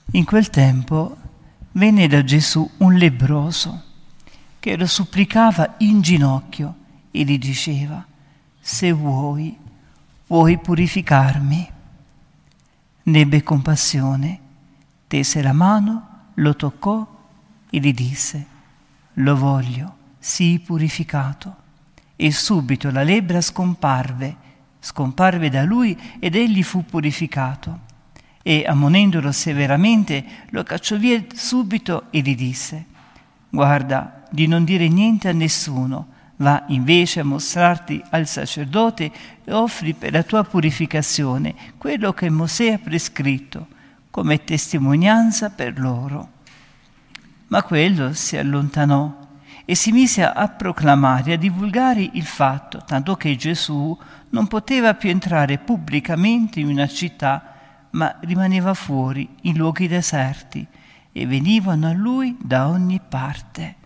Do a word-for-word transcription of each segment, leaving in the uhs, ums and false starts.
In quel tempo venne da Gesù un lebbroso che lo supplicava in ginocchio e gli diceva: se vuoi, puoi purificarmi. Ne ebbe compassione, tese la mano, lo toccò e gli disse: lo voglio, sii purificato. E subito la lebbra scomparve, scomparve da lui ed egli fu purificato. E ammonendolo severamente lo cacciò via subito e gli disse: guarda di non dire niente a nessuno, va invece a mostrarti al sacerdote e offri per la tua purificazione quello che Mosè ha prescritto come testimonianza per loro. Ma quello si allontanò e si mise a proclamare, a divulgare il fatto, tanto che Gesù non poteva più entrare pubblicamente in una città, ma rimaneva fuori in luoghi deserti, e venivano a lui da ogni parte.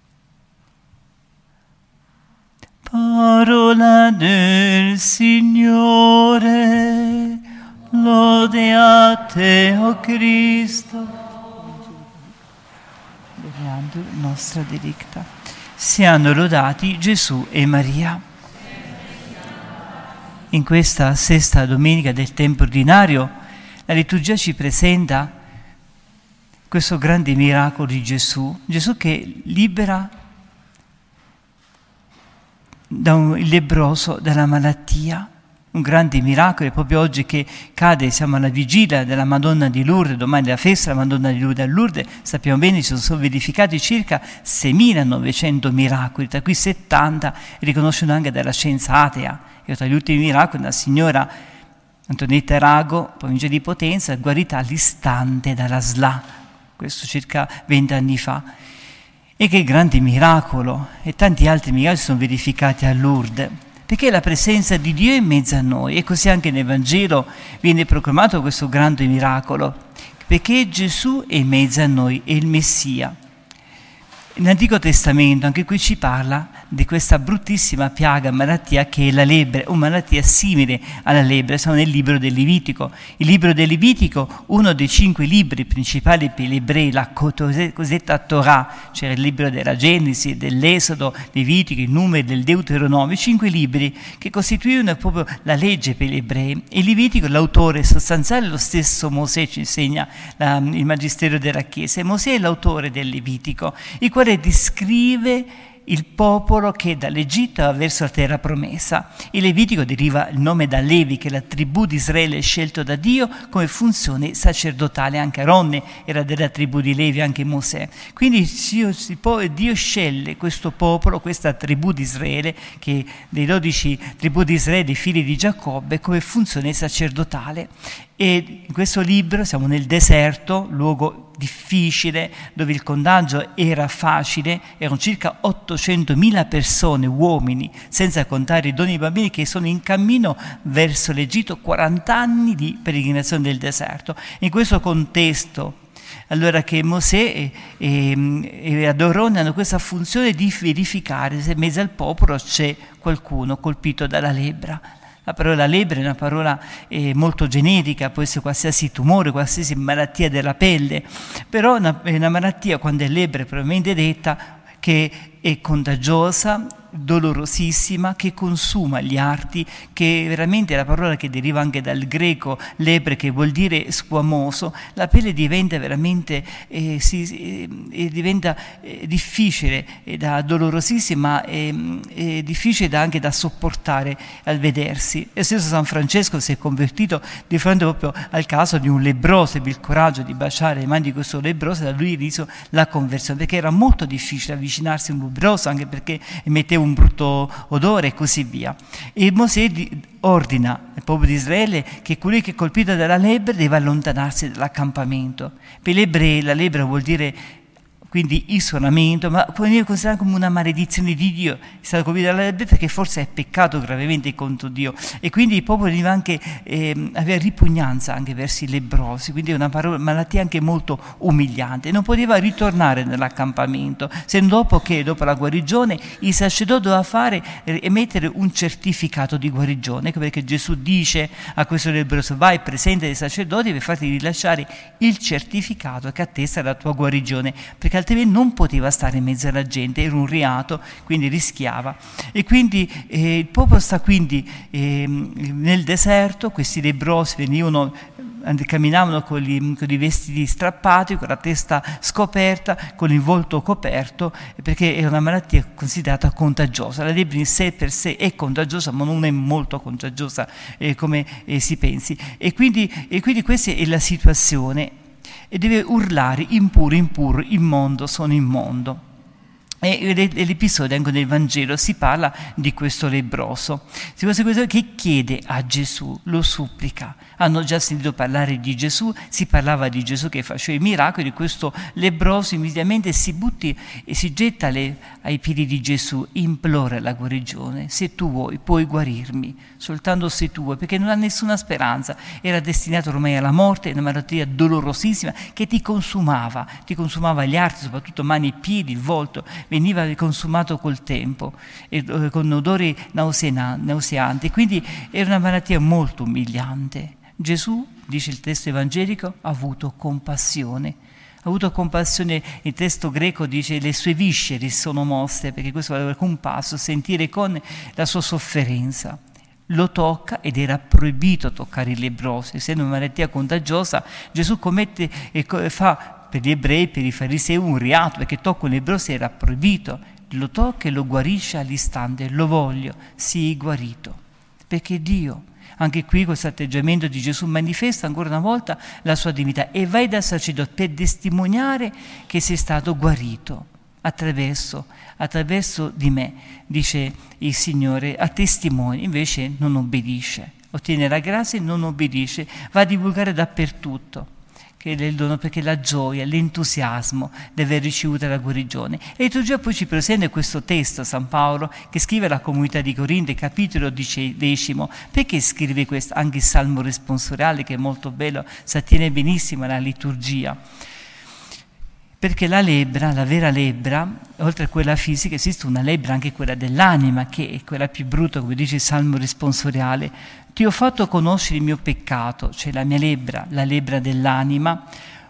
Parola del Signore, lode a te, o oh Cristo. Beneando nostra delicta. Siano lodati Gesù e Maria. In questa sesta domenica del tempo ordinario, la liturgia ci presenta questo grande miracolo di Gesù, Gesù che libera da un lebbroso dalla malattia. Un grande miracolo, proprio oggi che cade, siamo alla vigilia della Madonna di Lourdes, domani è la festa della Madonna di Lourdes. A Lourdes sappiamo bene ci sono verificati circa seimilanovecento miracoli, tra cui settanta riconosciuti anche dalla scienza atea. E tra gli ultimi miracoli una signora, Antonietta Erago, provincia di Potenza, guarita all'istante dalla S L A, questo circa venti anni fa. E che grande miracolo! E tanti altri miracoli sono verificati a Lourdes, perché la presenza di Dio è in mezzo a noi. E così anche nel Vangelo viene proclamato questo grande miracolo, perché Gesù è in mezzo a noi, è il Messia. Nell'Antico Testamento anche qui ci parla di questa bruttissima piaga, malattia che è la lebbra, una malattia simile alla lebbra. Siamo nel libro del Levitico. Il libro del Levitico, uno dei cinque libri principali per gli ebrei, la cosiddetta Torah, c'era il libro della Genesi, dell'Esodo, Levitico, i Numeri, del Deuteronomio, cinque libri che costituivano proprio la legge per gli ebrei. E il Levitico, l'autore sostanziale, lo stesso Mosè, ci insegna la, il Magistero della Chiesa. E Mosè è l'autore del Levitico, il quale descrive il popolo che dall'Egitto va verso la terra promessa. Il Levitico deriva il nome da Levi, che è la tribù di Israele scelto da Dio come funzione sacerdotale. Anche Aronne era della tribù di Levi, anche Mosè. Quindi Dio sceglie questo popolo, questa tribù di Israele, che dei dodici tribù di Israele, dei figli di Giacobbe, come funzione sacerdotale. E in questo libro siamo nel deserto, luogo difficile, dove il contagio era facile, erano circa ottocentomila persone, uomini, senza contare i donne e i bambini, che sono in cammino verso l'Egitto, quaranta anni di peregrinazione del deserto. In questo contesto, allora che Mosè e, e, e Adoronne hanno questa funzione di verificare se in mezzo al popolo c'è qualcuno colpito dalla lebbra. La parola lebbra è una parola eh, molto generica, può essere qualsiasi tumore, qualsiasi malattia della pelle, però è una, è una malattia, quando è lebbra propriamente detta, che è contagiosa, dolorosissima, che consuma gli arti, che veramente è la parola che deriva anche dal greco lebre, che vuol dire squamoso. La pelle diventa veramente eh, si, eh, diventa eh, difficile, eh, da dolorosissima e eh, difficile da, anche da sopportare al vedersi. E stesso San Francesco si è convertito di fronte proprio al caso di un lebbroso, ebbe il coraggio di baciare le mani di questo lebbroso, da lui riso la conversione, perché era molto difficile avvicinarsi a un lebbroso, anche perché emetteva un brutto odore e così via. E Mosè ordina al popolo di Israele che colui che è colpito dalla lebbra deve allontanarsi dall'accampamento. Per gli ebrei la lebbra vuol dire quindi isolamento, ma veniva considerato come una maledizione di Dio, è stato convinto alla lebbra perché forse è peccato gravemente contro Dio, e quindi il popolo veniva anche, eh, aveva ripugnanza anche verso i lebbrosi, quindi è una parola, malattia anche molto umiliante, non poteva ritornare nell'accampamento, se non dopo che, dopo la guarigione, il sacerdote doveva fare, emettere un certificato di guarigione, ecco perché Gesù dice a questo lebbroso: vai, presente dei sacerdoti per farti rilasciare il certificato che attesta la tua guarigione, perché altrimenti non poteva stare in mezzo alla gente, era un reato, quindi rischiava. E quindi eh, il popolo sta quindi eh, nel deserto, questi lebbrosi venivano, camminavano con, gli, con i vestiti strappati, con la testa scoperta, con il volto coperto, perché è una malattia considerata contagiosa. La lebbra in sé per sé è contagiosa, ma non è molto contagiosa eh, come eh, si pensi. E quindi, e quindi questa è la situazione. E deve urlare: impuro, impuro, immondo, sono immondo. E l'episodio anche del Vangelo si parla di questo lebbroso, che chiede a Gesù, lo supplica. Hanno già sentito parlare di Gesù, si parlava di Gesù che faceva i miracoli, questo lebbroso immediatamente si butti e si getta le, ai piedi di Gesù, implora la guarigione: se tu vuoi puoi guarirmi, soltanto se tu vuoi, perché non ha nessuna speranza, era destinato ormai alla morte, una malattia dolorosissima che ti consumava, ti consumava gli arti, soprattutto mani e piedi, il volto, veniva consumato col tempo, e, eh, con odori nauseanti, quindi era una malattia molto umiliante. Gesù, dice il testo evangelico, ha avuto compassione. Ha avuto compassione, il testo greco dice le sue viscere sono mosse, perché questo vuol dire compasso, sentire con la sua sofferenza. Lo tocca, ed era proibito toccare il lebbroso, essendo una malattia contagiosa. Gesù commette e fa per gli ebrei, per i farisei, un reato, perché tocco un lebbroso era proibito. Lo tocca e lo guarisce all'istante: lo voglio, sii guarito, perché Dio. Anche qui questo atteggiamento di Gesù manifesta ancora una volta la sua divinità: e vai dal sacerdote per testimoniare che sei stato guarito attraverso, attraverso di me, dice il Signore, a testimoni. Invece non obbedisce, ottiene la grazia e non obbedisce, va a divulgare dappertutto che è il dono, perché la gioia, l'entusiasmo di aver ricevuto la guarigione. E la liturgia poi ci presenta questo testo, San Paolo, che scrive alla comunità di Corinto, capitolo decimo. Perché scrive questo? Anche il Salmo responsoriale, che è molto bello, si attiene benissimo alla liturgia. Perché la lebbra, la vera lebbra, oltre a quella fisica, esiste una lebbra anche quella dell'anima, che è quella più brutta, come dice il Salmo responsoriale. Ti ho fatto conoscere il mio peccato, cioè la mia lebbra, la lebbra dell'anima.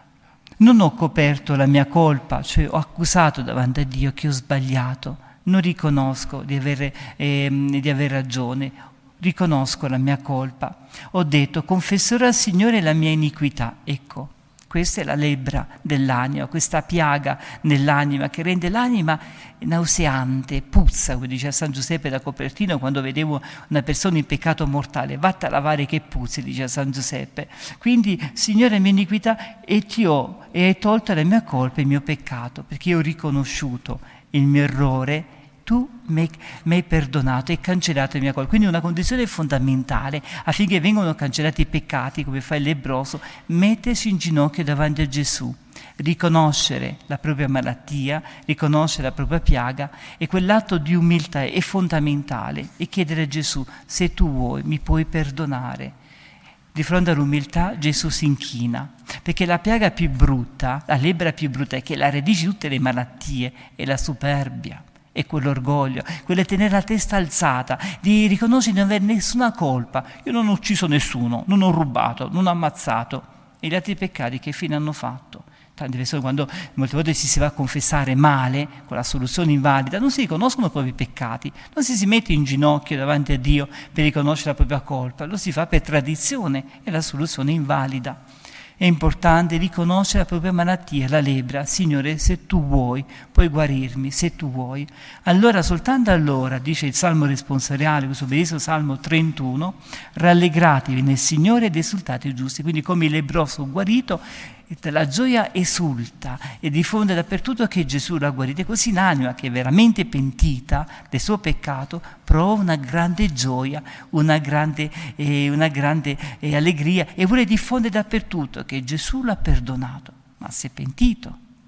Non ho coperto la mia colpa, cioè ho accusato davanti a Dio che ho sbagliato. Non riconosco di aver, eh, di aver ragione, riconosco la mia colpa. Ho detto: confesserò al Signore la mia iniquità. Ecco. Questa è la lebbra dell'anima, questa piaga nell'anima che rende l'anima nauseante, puzza, come diceva San Giuseppe da Copertino quando vedevo una persona in peccato mortale: vatta a lavare che puzzi, diceva San Giuseppe. Quindi, Signore, la mia iniquità, e ti ho, e hai tolto la mia colpa e il mio peccato, perché io ho riconosciuto il mio errore, tu mi hai perdonato e cancellato la mia colpa. Quindi una condizione fondamentale affinché vengano cancellati i peccati, come fa il lebbroso: mettersi in ginocchio davanti a Gesù, riconoscere la propria malattia, riconoscere la propria piaga, e quell'atto di umiltà è fondamentale, e chiedere a Gesù: se tu vuoi mi puoi perdonare. Di fronte all'umiltà Gesù si inchina, perché la piaga più brutta, la lebbra più brutta, è che la radice di tutte le malattie è la superbia, è quell'orgoglio, quello di tenere la testa alzata, di riconoscere di non avere nessuna colpa. Io non ho ucciso nessuno, non ho rubato, non ho ammazzato. E gli altri peccati che fine hanno fatto? Tante persone, quando molte volte si, si va a confessare male, con la soluzione invalida, non si riconoscono i propri peccati, non si si mette in ginocchio davanti a Dio per riconoscere la propria colpa, lo si fa per tradizione, e la soluzione è invalida. È importante riconoscere la propria malattia, la lebbra. Signore, se tu vuoi, puoi guarirmi, se tu vuoi. Allora, soltanto allora, dice il Salmo responsoriale, questo bellissimo Salmo trentuno, rallegratevi nel Signore ed esultate giusti. Quindi, come il lebbroso guarito, la gioia esulta e diffonde dappertutto che Gesù l'ha guarito. E così l'anima, che è veramente pentita del suo peccato, prova una grande gioia, una grande, eh, una grande eh, allegria, e vuole diffondere dappertutto che Gesù l'ha perdonato. Ma si è pentito,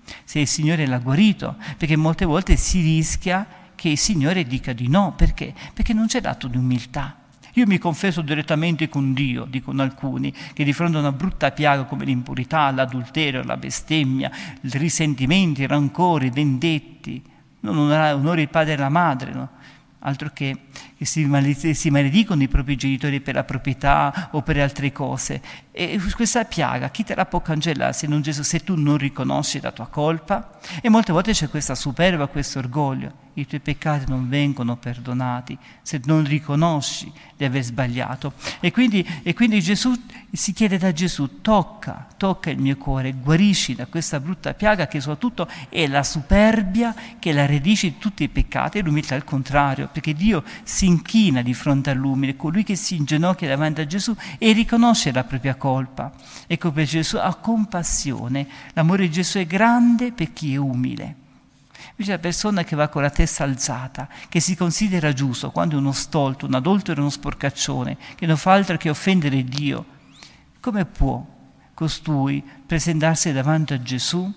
se il Signore l'ha guarito, perché molte volte si rischia che il Signore dica di no. Perché? Perché non c'è l'atto di umiltà. Io mi confesso direttamente con Dio, dicono alcuni, che di fronte a una brutta piaga come l'impurità, l'adulterio, la bestemmia, i risentimenti, i rancori, i vendetti, non onori il padre e la madre, no? Altro che, che si, maledic- si maledicono i propri genitori per la proprietà o per altre cose. E questa piaga, chi te la può cancellare se non Gesù, se tu non riconosci la tua colpa? E molte volte c'è questa superba, questo orgoglio. I tuoi peccati non vengono perdonati se non riconosci di aver sbagliato. E quindi, e quindi Gesù si chiede da Gesù: tocca, tocca il mio cuore, guarisci da questa brutta piaga che soprattutto è la superbia, che è la radice di tutti i peccati, e l'umiltà al contrario, perché Dio si inchina di fronte all'umile, colui che si inginocchia davanti a Gesù e riconosce la propria colpa. Ecco, per Gesù ha compassione. L'amore di Gesù è grande per chi è umile. Invece la persona che va con la testa alzata, che si considera giusto, quando è uno stolto, un adultero, uno sporcaccione, che non fa altro che offendere Dio, come può costui presentarsi davanti a Gesù?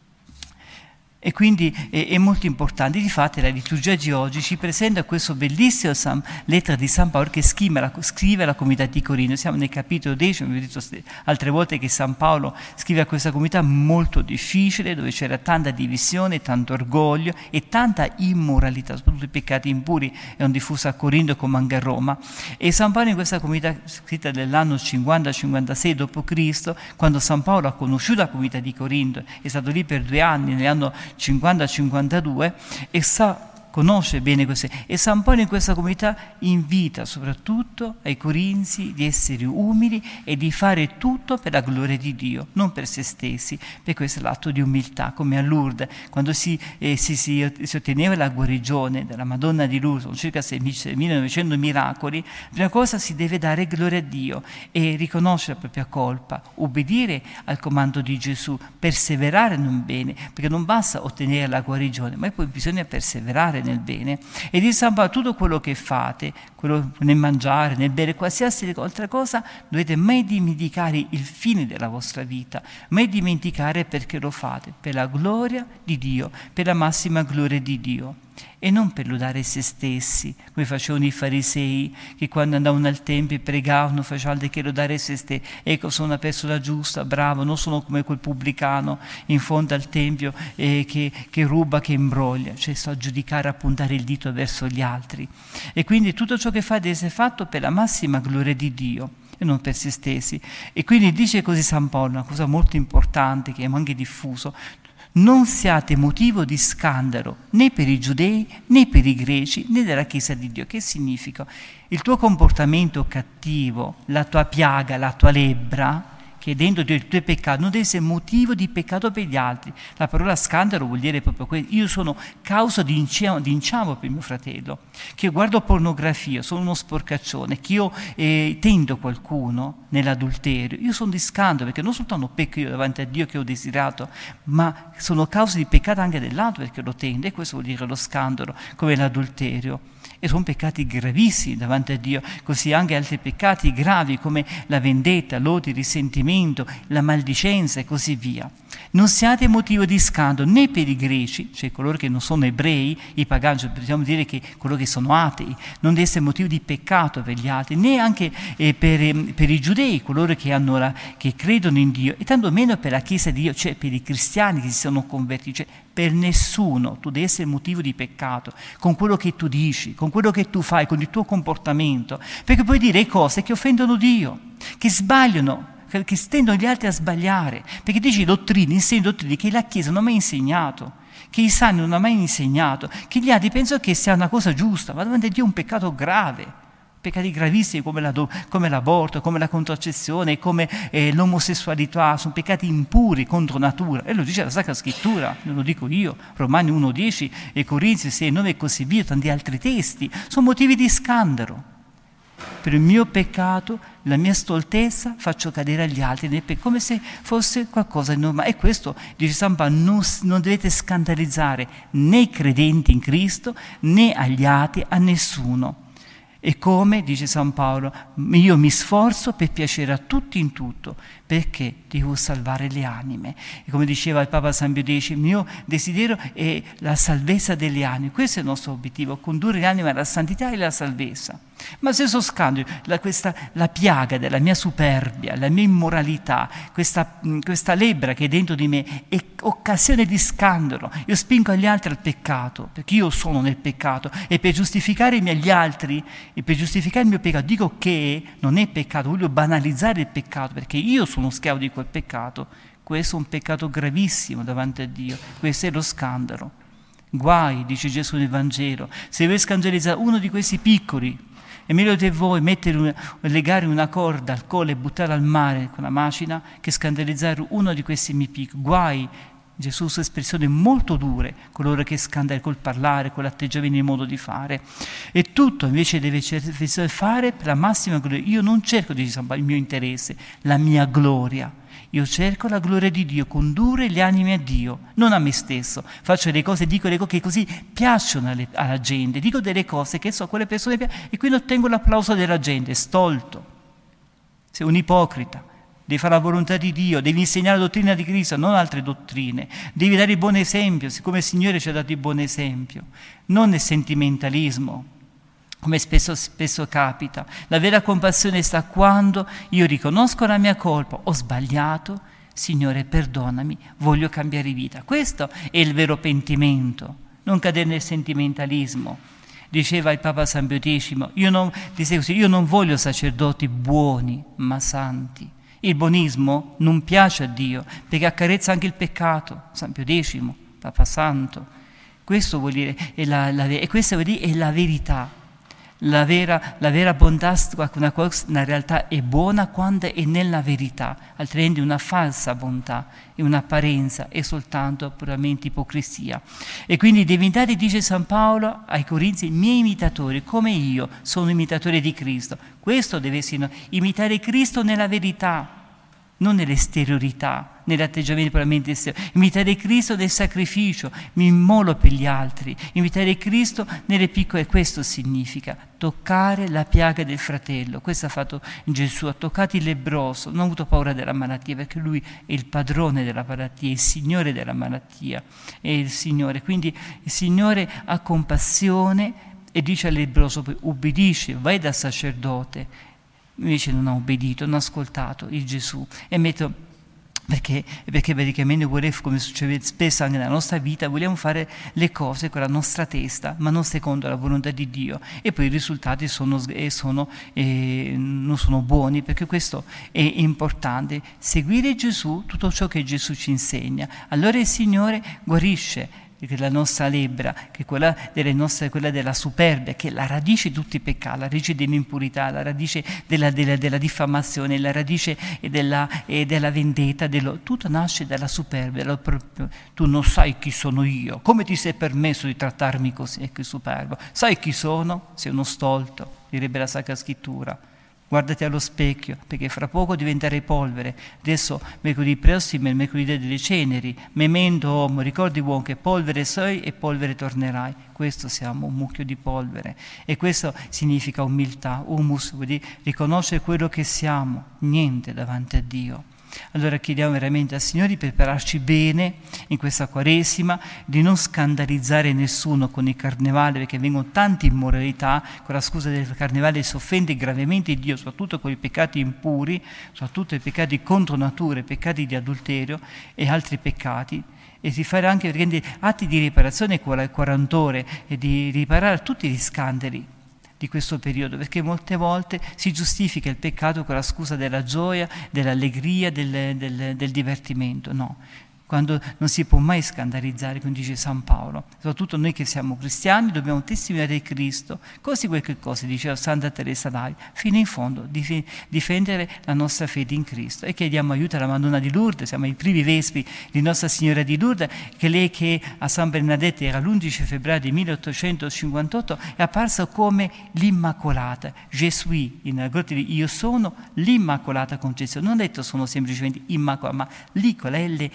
E quindi è, è molto importante. Difatti la liturgia di oggi ci presenta questo bellissimo San, lettera di San Paolo che scrive alla, scrive alla comunità di Corinto. Siamo nel capitolo decimo, vi ho detto altre volte che San Paolo scrive a questa comunità molto difficile, dove c'era tanta divisione, tanto orgoglio e tanta immoralità, soprattutto i peccati impuri erano diffusi a Corinto come anche a Roma. E San Paolo in questa comunità, scritta nell'anno cinquanta cinquantasei dopo Cristo, quando San Paolo ha conosciuto la comunità di Corinto, è stato lì per due anni, nell'anno cinquanta cinquantadue, e sa, conosce bene queste. E San Paolo in questa comunità invita soprattutto ai corinzi di essere umili e di fare tutto per la gloria di Dio, non per se stessi, perché questo è l'atto di umiltà, come a Lourdes, quando si, eh, si, si, si otteneva la guarigione della Madonna di Lourdes, con circa millenovecento miracoli. La prima cosa, si deve dare gloria a Dio e riconoscere la propria colpa, obbedire al comando di Gesù, perseverare nel bene, perché non basta ottenere la guarigione, ma poi bisogna perseverare nel bene. E di San Paolo: tutto quello che fate, quello nel mangiare, nel bere, qualsiasi altra cosa, dovete mai dimenticare il fine della vostra vita, mai dimenticare perché lo fate, per la gloria di Dio, per la massima gloria di Dio, e non per lodare se stessi, come facevano i farisei, che quando andavano al tempio e pregavano facevano altro che lodare se stessi. Ecco, sono una persona giusta, brava, non sono come quel pubblicano in fondo al tempio eh, che, che ruba, che imbroglia, cioè sto a giudicare, a puntare il dito verso gli altri. E quindi tutto ciò che fa deve essere fatto per la massima gloria di Dio e non per se stessi. E quindi dice così San Paolo, una cosa molto importante che è anche diffuso: non siate motivo di scandalo né per i giudei né per i greci né della Chiesa di Dio. Che significa? Il tuo comportamento cattivo, la tua piaga, la tua lebbra, che è dentro i tuoi peccati, non deve essere motivo di peccato per gli altri. La parola scandalo vuol dire proprio questo: io sono causa di inciamo, di inciamo per mio fratello, che io guardo pornografia, sono uno sporcaccione, che io eh, tendo qualcuno nell'adulterio, io sono di scandalo, perché non soltanto pecco io davanti a Dio che ho desiderato, ma sono causa di peccato anche dell'altro perché lo tendo, e questo vuol dire lo scandalo, come l'adulterio. E sono peccati gravissimi davanti a Dio, così anche altri peccati gravi come la vendetta, l'odio, il risentimento, la maldicenza e così via. Non siate motivo di scandalo né per i greci, cioè coloro che non sono ebrei, i pagani, cioè possiamo dire che coloro che sono atei, non deve essere motivo di peccato per gli altri, né anche eh, per, eh, per i giudei, coloro che, hanno la, che credono in Dio, e tanto meno per la Chiesa di Dio, cioè per i cristiani che si sono convertiti, cioè per nessuno tu devi essere motivo di peccato con quello che tu dici, con quello che tu fai, con il tuo comportamento, perché puoi dire cose che offendono Dio, che sbagliano, che stendono gli altri a sbagliare, perché dici dottrine, insegni dottrine che la Chiesa non ha mai insegnato, che i santi non hanno mai insegnato, che gli altri pensano che sia una cosa giusta, ma davanti a Dio è un peccato grave. Peccati gravissimi come, la, come l'aborto, come la contraccezione, come eh, l'omosessualità, sono peccati impuri contro natura, e lo dice la Sacra Scrittura, non lo dico io. Romani uno dieci e Corinzi sei nove e così via, tanti altri testi, sono motivi di scandalo. Per il mio peccato, la mia stoltezza, faccio cadere agli altri, come se fosse qualcosa di normale. E questo, dice San Paolo, non, non dovete scandalizzare né i credenti in Cristo, né agli altri, a nessuno. E come, dice San Paolo, io mi sforzo per piacere a tutti in tutto, perché devo salvare le anime. E come diceva il Papa San Pio X, il mio desiderio è la salvezza delle anime. Questo è il nostro obiettivo, condurre le anime alla santità e alla salvezza. Ma se sono scandalo, la, questa, la piaga della mia superbia, la mia immoralità, questa, questa lebbra che è dentro di me è occasione di scandalo. Io spingo gli altri al peccato, perché io sono nel peccato, e per giustificarmi agli altri, e per giustificare il mio peccato, dico che non è peccato, voglio banalizzare il peccato, perché io sono schiavo di quel peccato. Questo è un peccato gravissimo davanti a Dio, questo è lo scandalo. Guai, dice Gesù nel Vangelo, se voi scandalizzate uno di questi piccoli, è meglio di voi mettere una, legare una corda al collo e buttarla al mare con la macina che scandalizzare uno di questi miei piccoli. Guai, Gesù usa espressioni molto dure, coloro che scandalizzano col parlare, con l'atteggiamento, il modo di fare. E tutto invece deve fare per la massima gloria. Io non cerco, dice San Paolo, il mio interesse, la mia gloria. Io cerco la gloria di Dio, condurre le anime a Dio, non a me stesso. Faccio delle cose, dico delle cose che così piacciono alle, alla gente, dico delle cose che so, quelle persone piacciono, e quindi ottengo l'applauso della gente, stolto. Sei un ipocrita, devi fare la volontà di Dio, devi insegnare la dottrina di Cristo, non altre dottrine, devi dare il buon esempio, siccome il Signore ci ha dato il buon esempio, non nel sentimentalismo, come spesso, spesso capita. La vera compassione sta quando io riconosco la mia colpa, ho sbagliato, Signore perdonami, voglio cambiare vita. Questo è il vero pentimento, non cadere nel sentimentalismo. Diceva il Papa San Pio X, io non, così, io non voglio sacerdoti buoni ma santi. Il buonismo non piace a Dio perché accarezza anche il peccato. San Pio X, Papa Santo. Questo vuol dire, è la, la, e questa vuol dire è la verità. La vera, la vera bontà, una cosa, una realtà è buona quando è nella verità, altrimenti una falsa bontà è un'apparenza, è soltanto puramente ipocrisia. E quindi diventate, dice San Paolo ai Corinzi, i miei imitatori, come io sono imitatore di Cristo. Questo deve essere, imitare Cristo nella verità, non nell'esteriorità, nell'atteggiamento puramente esterno. Imitare Cristo nel sacrificio, mi immolo per gli altri. Imitare Cristo nelle piccole, questo significa toccare la piaga del fratello. Questo ha fatto Gesù, ha toccato il lebbroso, non ha avuto paura della malattia, perché lui è il padrone della malattia, il Signore della malattia, è il Signore. Quindi il Signore ha compassione e dice al lebbroso, ubbidisci, vai dal sacerdote. Invece non ha obbedito, non ha ascoltato il Gesù. E metto, perché, perché praticamente vuole, come succede spesso anche nella nostra vita, vogliamo fare le cose con la nostra testa, ma non secondo la volontà di Dio. E poi i risultati sono, sono, eh, non sono buoni, perché questo è importante. Seguire Gesù, tutto ciò che Gesù ci insegna. Allora il Signore guarisce la nostra lebbra, che è quella, delle nostre, quella della superbia, che è la radice di tutti i peccati, la radice dell'impurità, la radice della, della, della diffamazione, la radice della, eh, della vendetta, dello, tutto nasce dalla superbia. Dello, tu non sai chi sono io, come ti sei permesso di trattarmi così? Ecco il superbo. Sai chi sono? Sei uno stolto, direbbe la Sacra Scrittura. Guardati allo specchio, perché fra poco diventerai polvere. Adesso, mercoledì prossimo è il mercoledì delle ceneri. Memento homo, ricordi uomo che polvere sei e polvere tornerai. Questo siamo, un mucchio di polvere. E questo significa umiltà, humus, vuol dire riconoscere quello che siamo, niente davanti a Dio. Allora chiediamo veramente al Signore di prepararci bene in questa Quaresima, di non scandalizzare nessuno con il carnevale, perché vengono tante immoralità, con la scusa del carnevale si offende gravemente Dio, soprattutto con i peccati impuri, soprattutto i peccati contro natura, i peccati di adulterio e altri peccati, e di fare anche atti di riparazione quaranta ore e di riparare tutti gli scandali di questo periodo, perché molte volte si giustifica il peccato con la scusa della gioia, dell'allegria, del, del, del divertimento. No, quando non si può mai scandalizzare, come dice San Paolo. Soprattutto noi che siamo cristiani dobbiamo testimoniare Cristo, così quel che cosa diceva Santa Teresa d'Avila, fino in fondo, dif- difendere la nostra fede in Cristo. E chiediamo aiuto alla Madonna di Lourdes, siamo i primi vespi di Nostra Signora di Lourdes, che lei che a San Bernadette era l'undici febbraio del milleottocentocinquantotto è apparsa come l'Immacolata. Je suis, in grotta di io sono l'Immacolata Concezione. Non ho detto sono semplicemente Immacolata, ma lì con la L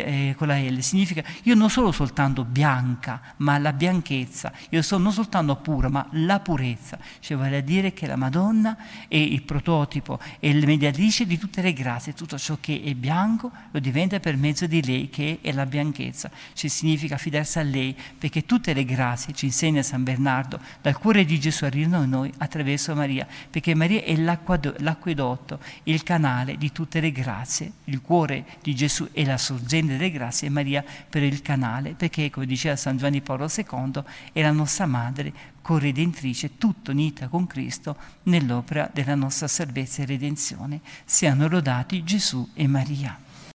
eh, con la L, significa io non sono soltanto bianca, ma la bianchezza, io sono non soltanto pura, ma la purezza, cioè vale a dire che la Madonna è il prototipo, è il mediatrice di tutte le grazie, tutto ciò che è bianco lo diventa per mezzo di lei, che è la bianchezza, cioè significa affidarsi a lei, perché tutte le grazie, ci insegna San Bernardo, dal cuore di Gesù arrivano a noi attraverso Maria, perché Maria è l'acquedotto, il canale di tutte le grazie, il cuore di Gesù è la sorgente delle grazie e Maria per il canale, perché come diceva San Giovanni Paolo secondo è la nostra madre corredentrice, tutto unita con Cristo nell'opera della nostra salvezza e redenzione. Siano lodati Gesù e Maria.